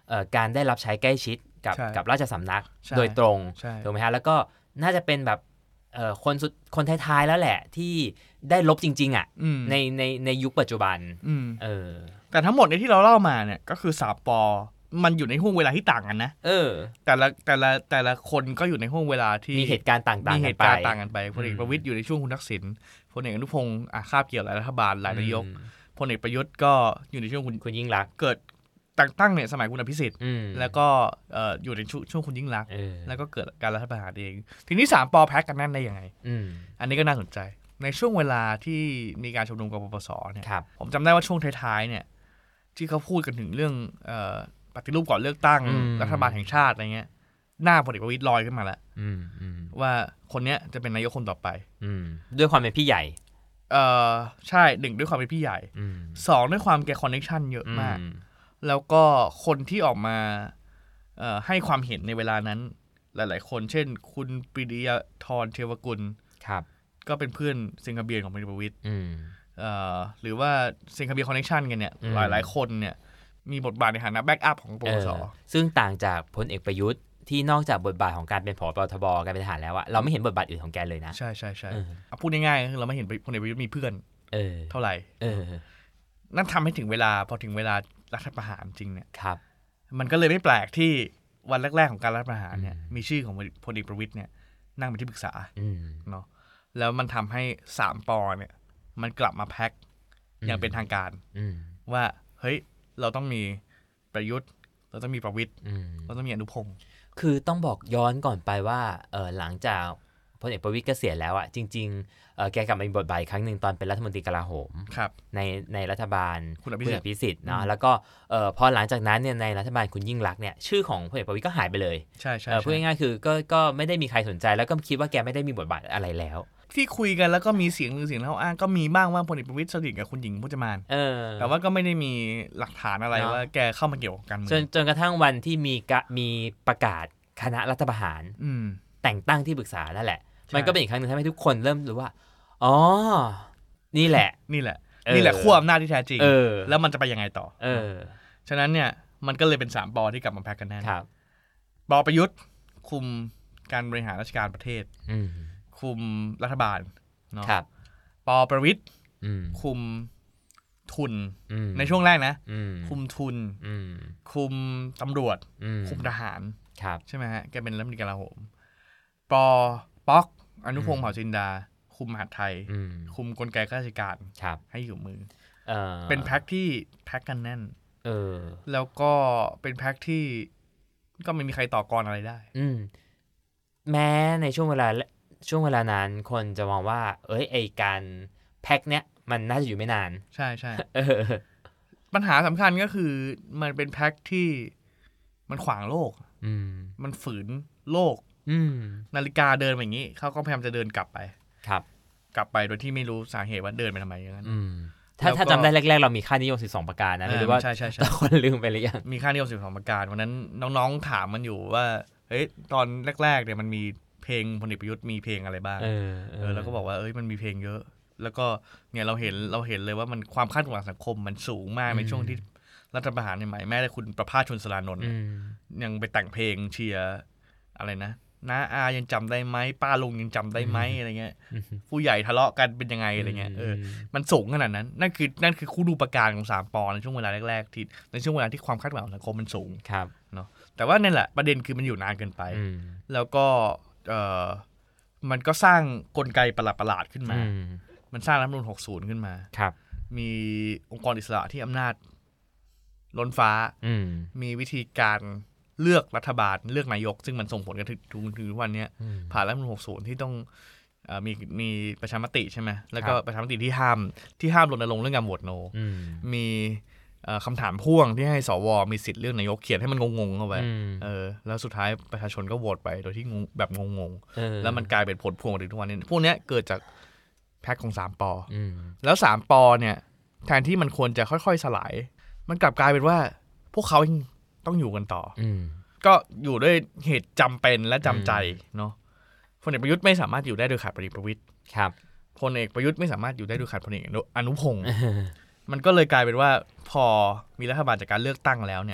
Speaker 3: การได้รับใช้ใกล้ชิดกับกับราชสำนักโดยตรงถูกไหมฮะแล้วก็น่าจะเป็นแบบคนสุดคนท้ายๆแล้วแหละที่ได้ลบจริงๆอ่ะในในในยุคปัจจุบันเออ
Speaker 2: แต่ทั้งหมดในที่เราเล่ามาเนี่ยก็คือสามปอมันอยู่ในห่วงเวลาที่ต่างกันนะ
Speaker 3: เออ
Speaker 2: แต่ละแต่ละแต่ละคนก็อยู่ในห่วงเวลาที่
Speaker 3: มีเหตุการณ์ต่างๆกันไปมีเหตุ
Speaker 2: การณ์ต่างกันไปพลเอกประวิตรอยู่ในช่วงคุณทักษิณพลเอกอนุพงศ์อ่ะคาบเกี่ยวหลายรัฐบาลหลายนายกพลเอกประยุทธ์ก็อยู่ในช่วงคุณ
Speaker 3: คุณยิ่งลักษณ์
Speaker 2: เกิดตั้งตั้งเนี่ยสมัยคุณอภิสิทธิ์แล้วก็เอ่ออยู่ในช่วงช่วงคุณยิ่งลักษณ์แล้วก็เกิดการรัฐประหารเองทีนี้สามปอแพ็กกันแน่นได้ยังไงอันนี้ก็น่าสนใจในช่วงเวลาที่มีการชุมนุมกปปสเนี่ยผมจำได้ว่าช่วงท้ายๆเนี่ยที่เขาพูดกันถึงเรื่องเอ่อปฏิรูปก่อนเลือกตั้งรัฐบาลแห่งชาติอะไรเงี้ยหน้าพลเอกประวิตรลอยขึ้นมาแล้วว่าคนเนี้ยจะเป็นนายกคนต่อไป
Speaker 3: ด้วยความเป็นพี่ใหญ่
Speaker 2: เออใช่หนึ่งด้วยความเป็นพี่ใหญ่สองด้วยความแกคอนเนคชั่นเยอะมากแล้วก็คนที่ออกมาเอ่อให้ความเห็นในเวลานั้นหลายๆคนเช่นคุณปรีดียธรเทวกุล
Speaker 3: ครับ
Speaker 2: ก็เป็นเพื่อนเซนคาเบียนของพลเอกประวิตรเอ่อหรือว่าเซนคาเบียนคอนเนคชั่นกันเนี่ยหลายๆคนเนี่ยมีบทบาทในฐานะแบ็กอัพของปปส
Speaker 3: ซึ่งต่างจากพลเอกประยุทธ์ที่นอกจากบทบาทของการเป็นผอ.ปทบ.การเป็นทหารแล้วอะเราไม่เห็นบทบาทอื่นของแกเลยนะ
Speaker 2: ใช่ใช่ใช่เอาพูดง่ายๆคือเราไม่เห็นพลเอกประยุทธ์มีเพื่อนเท่าไหร่นั่นทำให้ถึงเวลาพอถึงเวลารัฐประหารจริงเนี่ยมันก็เลยไม่แปลกที่วันแรกๆของการรัฐประหารเนี่ยมีชื่อของพลเอกประวิตรเนี่ยนั่งเป็นที่ปรึกษาเนาะแล้วมันทำให้สามปอเนี่ยมันกลับมาแพ็คอย่างเป็นทางการว่าเฮ้ยเราต้องมีประยุทธ์เราต้องมีประวิตรเราต้องมีอนุพงศ์
Speaker 3: คือต้องบอกย้อนก่อนไปว่าเออหลังจากพลเอกประวิตรเกษียณแล้วอ่ะจริงๆเออแกกลับมามีบทบาทครั้งหนึ่งตอนเป็นรัฐมนตรีกลาโหมในในรัฐบาล
Speaker 2: คุณอ
Speaker 3: ภิสิทธิ์เนาะแล้วก็เออพอหลังจากนั้นเนี่ยในรัฐบาลคุณยิ่งลักษณ์เนี่ยชื่อของพลเอกประวิตรก็หายไปเลย
Speaker 2: ใช่ใช่
Speaker 3: พูดง่ายๆคือก็ก็ไม่ได้มีใครสนใจแล้วก็คิดว่าแกไม่ได้มีบทบาทอะไรแล้ว
Speaker 2: ที่คุยกันแล้วก็มีเสียงหรือเสียงเล่าอ้างก็มีบ้างว่าพลเอกประวิตรสนิทกับคุณหญิงพจมานแต่ว่าก็ไม่ได้มีหลักฐานอะไรว่าแกเข้ามาเกี่ยวกับการเมือง
Speaker 3: จนจนกระทั่งวันที่มีมีประกาศคณะรัฐประหารแต่งตั้งที่ปรึกษานั่นแหละมันก็เป็นอีกครั้งนึงทำให้ทุกคนเริ่มรู้ว่าอ๋อนี่แหละ
Speaker 2: นี่แหละนี่แหละขั้วอำนาจที่แท้จริงแล้วมันจะไปยังไงต่อฉะนั้นเนี่ยมันก็เลยเป็นสามปอที่กลับมาแพ็กกันแน่นปอประยุทธ์คุมการบริหารราชการประเทศคุมรัฐบาลเนาะปอประวิตรคุมทุนในช่วงแรกนะคุมทุนคุมตำรวจคุมทหารใช่ไหมฮะแกเป็นรัฐมนตรีกลาโหมปอป๊อกอนุพงศ์เผ่าจินดาคุมมหาดไทยคุมกลไกข้าราชการให้อยู่มือเป็นแพ็คที่แพ็คกันแน่นแล้วก็เป็นแพ็คที่ก็ไม่มีใครต่อกรอะไรได้
Speaker 3: แม้ในช่วงเวลาช่วงเวลานั้นคนจะมองว่าเอ้ยไอการแพ็คเนี้ยมันน่าจะอยู่ไม่นาน
Speaker 2: ใช่ใช่ปัญหาสำคัญก็คือมันเป็นแพ็คที่มันขวางโลกมันฝืนโลกนาฬิกาเดินแบบนี้เขาก็พยายามจะเดินกลับไป
Speaker 3: ครับ
Speaker 2: กลับไปโดยที่ไม่รู้สาเหตุว่าเดินไปทำไมอย่างนั้น
Speaker 3: ถ้าถ้าจำได้แรกๆเรามีค่านิยมสิบสองประการนะไม่รู้ว่าแต่คนลืมไปหรือยัง
Speaker 2: มีค่านิยมสิบสองประการวันนั้นน้องๆถามมันอยู่ว่าเฮ้ยตอนแรกๆเนี่ยมันมีเพลงพลเอกประยุทธ์มีเพลงอะไรบ้างเออเออแล้วก็บอกว่าเอ้ยมันมีเพลงเยอะแล้วก็เนี่ยเราเห็นเราเห็นเลยว่ามันความคาดหวังสังคมมันสูงมากในช่วงที่รัฐประหารใหม่แม้แต่คุณประภาสชลสรานนท์ยังไปแต่งเพลงเชียร์อะไรนะน้าอายังจำได้ไหมป้าลุงยังจำได้ไหมอะไรเงี้ยผู้ใหญ่ทะเลาะกันเป็นยังไงอะไรเงี้ยเออมันสูงขนาดนั้นนั่นคือนั่นคือคู่ดูประการของสามปอในช่วงเวลาแรกๆที่ในช่วงเวลาที่ความคาดหวังของสังคมมันสูงเนาะแต่ว่านั่นแหละประเด็นคือมันอยู่นานเกินไปแล้วก็เออมันก็สร้างกลไกประหลาดๆขึ้นมามันสร้างรัฐธรรมนูญหกสิบขึ้นมามีองค์กรอิสระที่อำนาจล้นฟ้ามีวิธีการเลือกรัฐบาลเลือกนายกซึ่งมันส่งผลกันถึงถึงวันนี้ผ่านรัฐธรรมนูญหกสิบที่ต้องเอ่อมีมีประชามติใช่ไหมแล้วก็ประชามติที่ห้ามที่ห้ามรณรงค์เรื่องการโหวตโนมีคำถามพ่วงที่ให้สวมีสิทธิ์เลือกนายกเขียนให้มันงงๆเข้าไปเออแล้วสุดท้ายประชาชนก็โหวตไปโดยที่แบบงงๆแล้วมันกลายเป็นผลพวงมาถึงทุกวันนี้พวกนี้เกิดจากแพ็คของสามปอแล้วสามปอเนี่ยแทนที่มันควรจะค่อยๆสลายมันกลับกลายเป็นว่าพวกเขาต้องอยู่กันต่อก็อยู่ด้วยเหตุจำเป็นและจำใจเนาะพลเอกประยุทธ์ไม่สามารถอยู่ได้โดยขาดพลเอกประวิตร
Speaker 3: ครับ
Speaker 2: พลเอกประยุทธ์ไม่สามารถอยู่ได้โดยขาดพลเอกอนุพงศ์มันก็เลยกลายเป็นว่าพอมีรัฐบาลจากการเลือกตั้งแล้วเนี่ย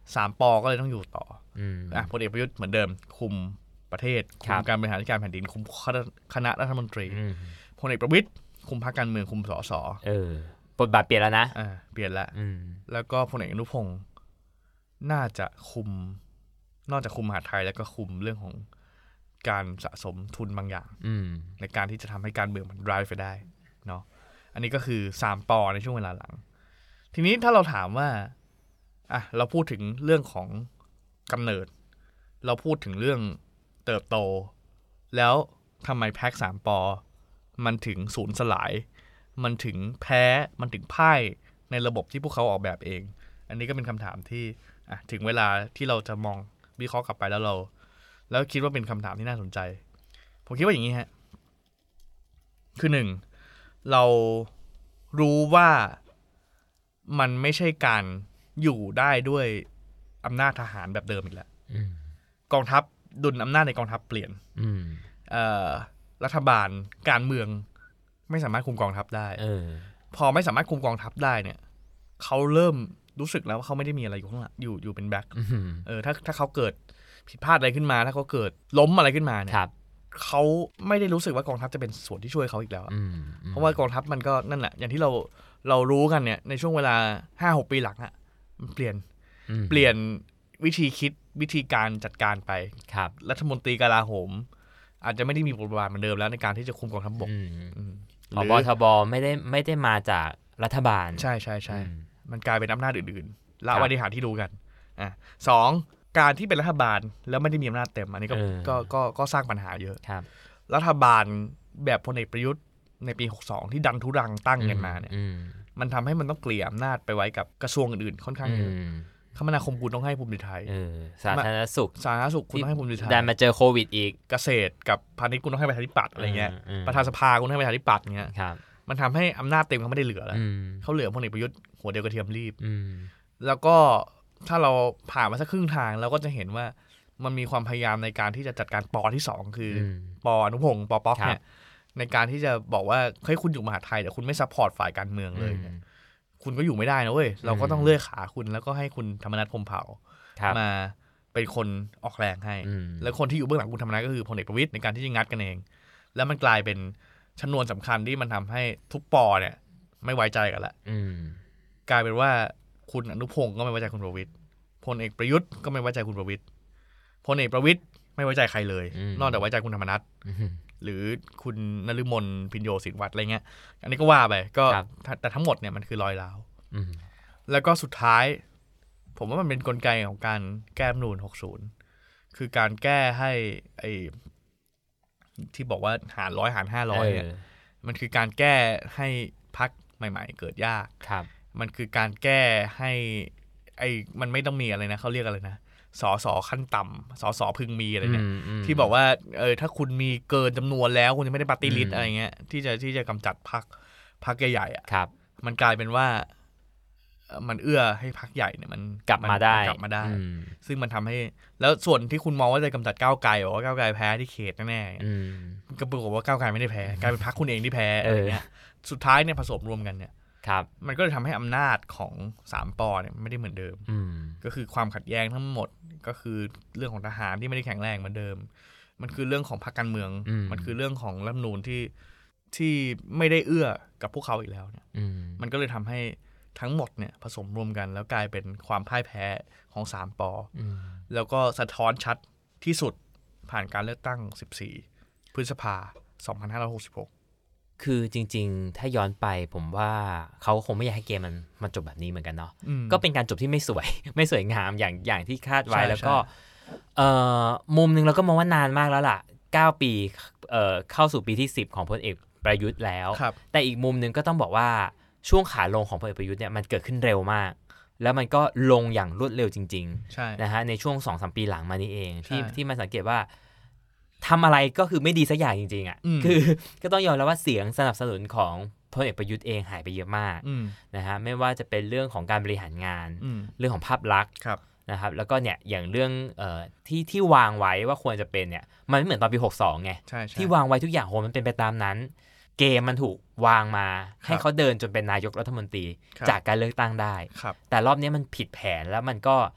Speaker 2: สามปอก็เลยต้องอยู่ต่ออ่ะพลเอกประยุทธ์เหมือนเดิมคุมประเทศคุมการบริหารราชการแผ่นดินคุมคณะรัฐมนตรีพลเอกประวิตรคุมพรรคการเมืองคุมสส
Speaker 3: เออบทบาทเปลี่ยนแล้วนะ
Speaker 2: อ่าเปลี่ยนแล้วแล้วก็พลเอกอนุพงศ์น่าจะคุมนอกจากคุมมหาดไทยแล้วก็คุมเรื่องของการสะสมทุนบางอย่างในการที่จะทำให้การเมืองมัน drive ไปได้เนาะอันนี้ก็คือสามปอในช่วงเวลาหลังทีนี้ถ้าเราถามว่าอ่ะเราพูดถึงเรื่องของกำเนิดเราพูดถึงเรื่องเติบโตแล้วทำไมแพ็กสามปอมันถึงสูญสลายมันถึงแพ้มันถึงพ่ายในระบบที่พวกเขาออกแบบเองอันนี้ก็เป็นคำถามที่อ่ะถึงเวลาที่เราจะมองวิเคราะห์กลับไปแล้วเราแล้วคิดว่าเป็นคำถามที่น่าสนใจผมคิดว่าอย่างนี้ฮะคือหนึ่งเรารู้ว่ามันไม่ใช่การอยู่ได้ด้วยอำนาจทหารแบบเดิมอีกแล้วกองทัพดุลอำนาจในกองทัพเปลี่ยนรัฐบาลการเมืองไม่สามารถคุมกองทัพได้พอไม่สามารถคุมกองทัพได้เนี่ยเขาเริ่มรู้สึกแล้วว่าเขาไม่ได้มีอะไรอยู่ข้างหลังอยู่อยู่เป็นแบ็คเออถ้าถ้าเขาเกิดผิดพลาดอะไรขึ้นมาถ้าเขาเกิดล้มอะไรขึ้นมาเนี่ยเขาไม่ได้รู้สึกว่ากองทัพจะเป็นส่วนที่ช่วยเขาอีกแล้วเพราะว่ากองทัพมันก็นั่นแหละอย่างที่เราเรารู้กันเนี่ยในช่วงเวลา ห้าหก ปีหลังอ่ะมันเปลี่ยนเปลี่ยนวิธีคิดวิธีการจัดการไปรัฐมนตรีกลาโหมอาจจะไม่ได้มีบทบาทเหมือนเดิมแล้วในการที่จะคุมกองทัพบก
Speaker 3: ผบ.ทบ.ไม่ได้ไม่ได้มาจากรัฐบาล
Speaker 2: ใช่ใช่ใช่มันกลายเป็นอำนาจอื่นๆละบริหารที่รู้กันอ่ะสองการที่เป็นรัฐบาลแล้วไม่ได้มีอำนาจเต็มอันนี้ก็ก็ก็ก็สร้างปัญหาเยอะรัฐบาลแบบพลเอกประยุทธ์ในปีหกสิบสองที่ดันทุรังตั้งกันมาเนี่ยมันทำให้มันต้องเกลี่ยอำนาจไปไว้กับกระทรวงอื่นๆค่อนข้างเยอะคมนาคมคุณต้องให้ภูมิใจไทย
Speaker 3: สาธารณสุข
Speaker 2: สาธารณสุขคุณต้องให้ภูมิใจไทย
Speaker 3: ดันมาเจอโควิดอีก
Speaker 2: เกษตรกับพาณิชย์คุณต้องให้ประชาธิปัตย์อะไรเงี้ยประธานสภาคุณให้ประชาธิปัตย์เงี้ยมันทำให้อำนาจเต็มเขาไม่ได้เหลือแล้วเขาเหลือพลเอกประยุทธ์หัวเดียวกระเทียมรีบแล้วก็ถ้าเราผ่านมาสักครึ่งทางเราก็จะเห็นว่ามันมีความพยายามในการที่จะจัดการปอที่สองคือปออนุพงศ์ปอป๊อกเนี่ยในการที่จะบอกว่าเฮ้ยคุณอยู่มหาไทยแต่คุณไม่ซัพพอร์ตฝ่ายการเมืองเลยคุณก็อยู่ไม่ได้นะเว้ยเราก็ต้องเลื่อยขาคุณแล้วก็ให้คุณธรรมนัสพรหมเผ่ามาเป็นคนออกแรงให้แล้วคนที่อยู่เบื้องหลังคุณธรรมนัสก็คือพลเอกประวิตรในการที่จะงัดกันเองแล้วมันกลายเป็นชนวนสำคัญที่มันทำให้ทุกปอเนี่ยไม่ไว้ใจกันละกลายเป็นว่าคุณอนุพงศ์ก็ไม่ไว้ใจคุณประวิตรพลเอกประยุทธ์ก็ไม่ไว้ใจคุณประวิตรพลเอกประวิตรไม่ไว้ใจใครเลยนอกจากไว้ใจคุณธรรมนัสหรือคุณนฤมลพินโยศินวัตรอะไรเงี้ยอันนี้ก็ว่าไปก็แต่ทั้งหมดเนี่ยมันคือรอยร้าวแล้วก็สุดท้ายผมว่ามันเป็นกลไกของการแก้รัฐธรรมนูญหกสิบคือการแก้ให้ไอ้ที่บอกว่าหารร้อยหารห้าร้อยเนี่ยมันคือการแก้ให้พรรคใหม่ๆเกิดยากมันคือการแก้ให้ไอ้มันไม่ต้องมีอะไรนะเขาเรียกอะไรนะสอสอขั้นต่ำสอสอพึงมีอะไรเนี่ยที่บอกว่าเออถ้าคุณมีเกินจำนวนแล้วคุณจะไม่ได้ปาร์ตี้ลิสต์อะไรเงี้ยที่จะที่จะกำจัดพรรคพรรคใหญ่ๆอ่ะมันกลายเป็นว่ามันเอื้อให้พรรคใหญ่เนี่ยมัน
Speaker 3: กลับมาได้
Speaker 2: กลับมาได้ซึ่งมันทำให้แล้วส่วนที่คุณมองว่าจะกำจัดก้าวไกลบอกว่าก้าวไกลแพ้ที่เขตแน่ๆก็ปรากฏว่าก้าวไกลไม่ได้แพ้กลายเป็นพรรคคุณเองที่แพ้อะไรเงี้ยสุดท้ายเนี่ยผสมรวมกันเนี่ยมันก็เลยทำให้อำนาจของสามปอเนี่ยไม่ได้เหมือนเดิมก็คือความขัดแย้งทั้งหมดก็คือเรื่องของทหารที่ไม่ได้แข็งแรงเหมือนเดิมมันคือเรื่องของพรรคการเมืองมันคือเรื่องของรัฐธรรมนูญที่ที่ไม่ได้เอื้อกับพวกเขาอีกแล้วเนี่ยมันก็เลยทำให้ทั้งหมดเนี่ยผสมรวมกันแล้วกลายเป็นความพ่ายแพ้ของสามปอแล้วก็สะท้อนชัดที่สุดผ่านการเลือกตั้งสิบสี่พฤษภาสองพันห้าร้อยหกสิบหก
Speaker 3: คือจริงๆถ้าย้อนไปผมว่าเขาคงไม่อยากให้เกมมันมันจบแบบนี้เหมือนกันเนาะก็เป็นการจบที่ไม่สวยไม่สวยงามอย่างอย่างที่คาดไว้แล้วก็เอ่อมุมนึงเราก็มองว่านานมากแล้วล่ะเก้าปีเอ่อเข้าสู่ปีที่สิบของพลเอกประยุทธ์แล้วแต่อีกมุมนึงก็ต้องบอกว่าช่วงขาลงของพลเอกประยุทธ์เนี่ยมันเกิดขึ้นเร็วมากแล้วมันก็ลงอย่างรวดเร็วจริงๆนะฮะในช่วง สองถึงสาม ปีหลังมานี้เองที่ที่มันสังเกตว่าทำอะไรก็คือไม่ดีสักอย่างจริงๆอ่ะคือก็ต้องยอมรับว่าเสียงสนับสนุนของพลเอกประยุทธ์เองหายไปเยอะมากนะฮะไม่ว่าจะเป็นเรื่องของการบริหารงานเรื่องของภาพลักษณ์นะครับแล้วก็เนี่ยอย่างเรื่องเอ่อที่ที่วางไว้ว่าควรจะเป็นเนี่ยมันไม่เหมือนตอนปีหกสิบสองไงที่วางไว้ทุกอย่างโหมันเป็นไปตามนั้นเกมมันถูกวางมาให้เขาเดินจนเป็นนายกรัฐมนตรีจากการเลือกตั้งได้แต่รอบนี้มันผิดแผนแล้วมันก็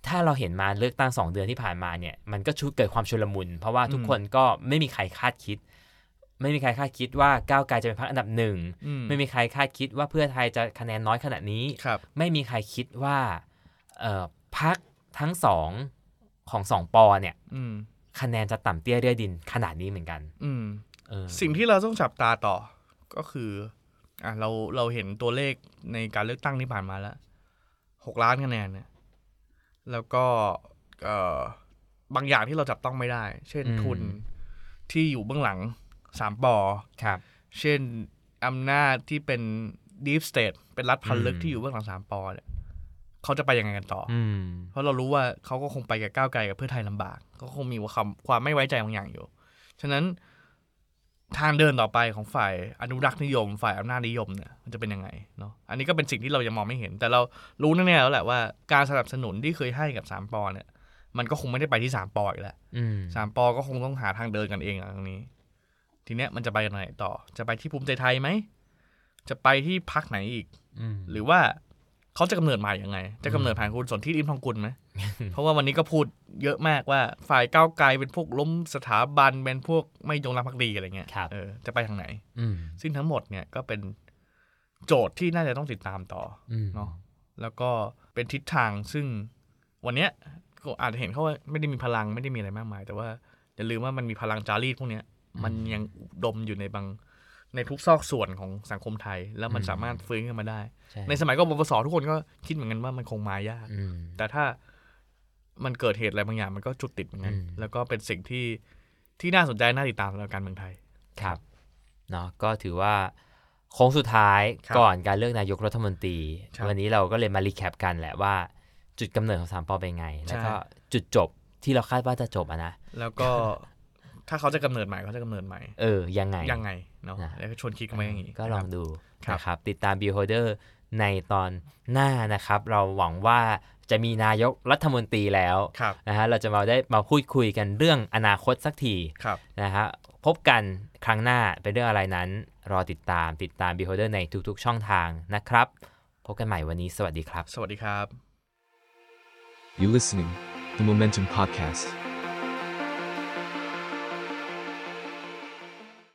Speaker 3: ถ้าเราเห็นมาเลือกตั้งสองเดือนที่ผ่านมาเนี่ยมันก็ชุดเกิดความชุลมุนเพราะว่าทุกคนก็ไม่มีใครคาดคิดไม่มีใครคาดคิดว่าก้าวไกลจะเป็นพรรคอันดับหนึ่งไม่มีใครคาดคิดว่าเพื่อไทยจะคะแนนน้อยขนาดนี้ไม่มีใครคิดว่าเอ่อพรรคทั้งสองของสองปอเนี่ยคะแนนจะต่ำเตี้ยเรื่อยดินขนาดนี้เหมือนกัน
Speaker 2: สิ่งที่เราต้องจับตาต่อก็คืออ่ะเราเราเห็นตัวเลขในการเลือกตั้งที่ผ่านมาแล้วหกล้านคะแนนเนี่ยแล้วก็เอ่อบางอย่างที่เราจับต้องไม่ได้เช่นทุนที่อยู่เบื้องหลังสามปอ
Speaker 3: ครับ
Speaker 2: เช่นอำนาจที่เป็น deep state เป็นรัฐพันลึกที่อยู่เบื้องหลังสามปอเนี่ยเขาจะไปยังไงกันต่อเพราะเรารู้ว่าเขาก็คงไปกับก้าวไกลกับเพื่อไทยลำบากก็คงมีความความไม่ไว้ใจบางอย่างอยู่ฉะนั้นทางเดินต่อไปของฝ่ายอนุรักษ์นิยมฝ่ายอำนาจนิยมเนี่ยมันจะเป็นยังไงเนาะอันนี้ก็เป็นสิ่งที่เรายังมองไม่เห็นแต่เรารู้แน่ๆแล้วแหละว่าการสนับสนุนที่เคยให้กับสามปอเนี่ยมันก็คงไม่ได้ไปที่สามปออีกแล้วสามปอก็คงต้องหาทางเดินกันเองตรงนี้ทีเนี้ยมันจะไปกันไหนต่อจะไปที่ภูมิใจไทยไหมจะไปที่พรรคไหนอีกหรือว่าเขาจะกำเนิดใหม่ยังไงจะกำเนิดผ่านคุณสนธิลิ้มทองกุลไหม เพราะว่าวันนี้ก็พูดเยอะมากว่าฝ่ายก้าวไกลเป็นพวกล้มสถาบันเป็นพวกไม่ยงรักภักดีอะไรเงี้ยเออจะไปทางไหนซึ่งทั้งหมดเนี่ยก็เป็นโจทย์ที่น่าจะต้องติดตามต่อเนาะแล้วก็เป็นทิศทางซึ่งวันเนี้ยก็อาจจะเห็นเขาว่าไม่ได้มีพลังไม่ได้มีอะไรมากมายแต่ว่าอย่าลืมว่ามันมีพลังจารีตพวกเนี้ยมันยังดมอยู่ในบางในทุกซอกส่วนของสังคมไทยแล้วมันสามารถฟื้นขึ้นมาได้ในสมัยกบพศทุกคนก็คิดเหมือนกันว่ามันคงมายากแต่ถ้ามันเกิดเหตุอะไรบางอย่างมันก็จุดติดเหมือนกันแล้วก็เป็นสิ่งที่ที่น่าสนใจน่าติดตามสำหรับการเมืองไทย
Speaker 3: ครับเนาะก็ถือว่าโค้งสุดท้ายก่อนการเลือกนายกรัฐมนตรีวันนี้เราก็เลยมารีแคปกันแหละว่าจุดกำเนิดของสามปอเป็นไงแล้วก็จุดจบที่เราคาดว่าจะจบอะนะ
Speaker 2: แล้วก็ถ้าเขาจะกำเนิดใหม่เขาจะกำเนิดใหม่
Speaker 3: เออยังไง
Speaker 2: ยังไงเนาะแล้วก็ชวนคิดกันมาอย่างนี้
Speaker 3: ก็ลองดูนะครับติดตาม Beholder ในตอนหน้านะครับเราหวังว่าจะมีนายกรัฐมนตรีแล้วนะฮะเราจะมาได้มาพูดคุยกันเรื่องอนาคตสักทีนะฮะพบกันครั้งหน้าเป็นเรื่องอะไรนั้นรอติดตามติดตาม Beholder ในทุกๆช่องทางนะครับพบกันใหม่วันนี้สวัสดีครับ
Speaker 2: สวัสดีครับ
Speaker 1: You listening The Momentum Podcast